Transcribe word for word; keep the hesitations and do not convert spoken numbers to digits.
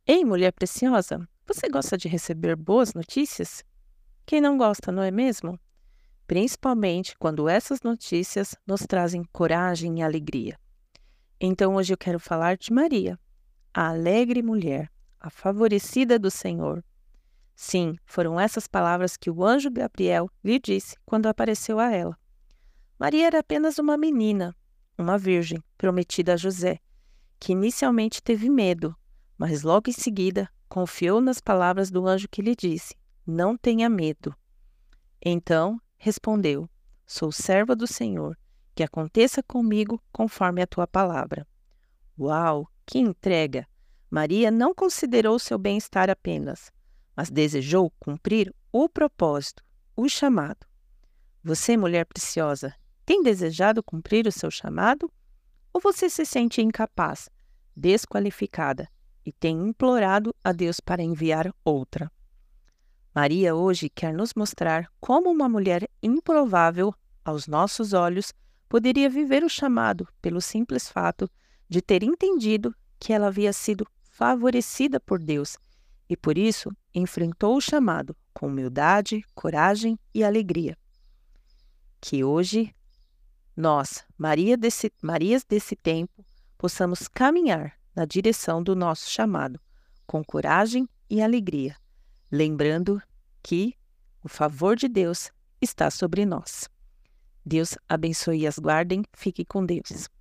Ei, mulher preciosa, você gosta de receber boas notícias? Quem não gosta, não é mesmo? Principalmente quando essas notícias nos trazem coragem e alegria. Então hoje eu quero falar de Maria, a alegre mulher, a favorecida do Senhor. Sim, foram essas palavras que o anjo Gabriel lhe disse quando apareceu a ela. Maria era apenas uma menina, uma virgem, prometida a José, que inicialmente teve medo, mas logo em seguida confiou nas palavras do anjo que lhe disse: Não tenha medo. Então respondeu: Sou serva do Senhor, que aconteça comigo conforme a tua palavra. Uau, que entrega! Maria não considerou seu bem-estar apenas, mas desejou cumprir o propósito, o chamado. Você, mulher preciosa, tem desejado cumprir o seu chamado? Ou você se sente incapaz, desqualificada e tem implorado a Deus para enviar outra? Maria hoje quer nos mostrar como uma mulher improvável, aos nossos olhos, poderia viver o chamado pelo simples fato de ter entendido que ela havia sido favorecida por Deus e, por isso, enfrentou o chamado com humildade, coragem e alegria. Que hoje nós, Maria desse, Marias desse tempo, possamos caminhar na direção do nosso chamado, com coragem e alegria, lembrando que o favor de Deus está sobre nós. Deus abençoe e as guardem. Fique com Deus.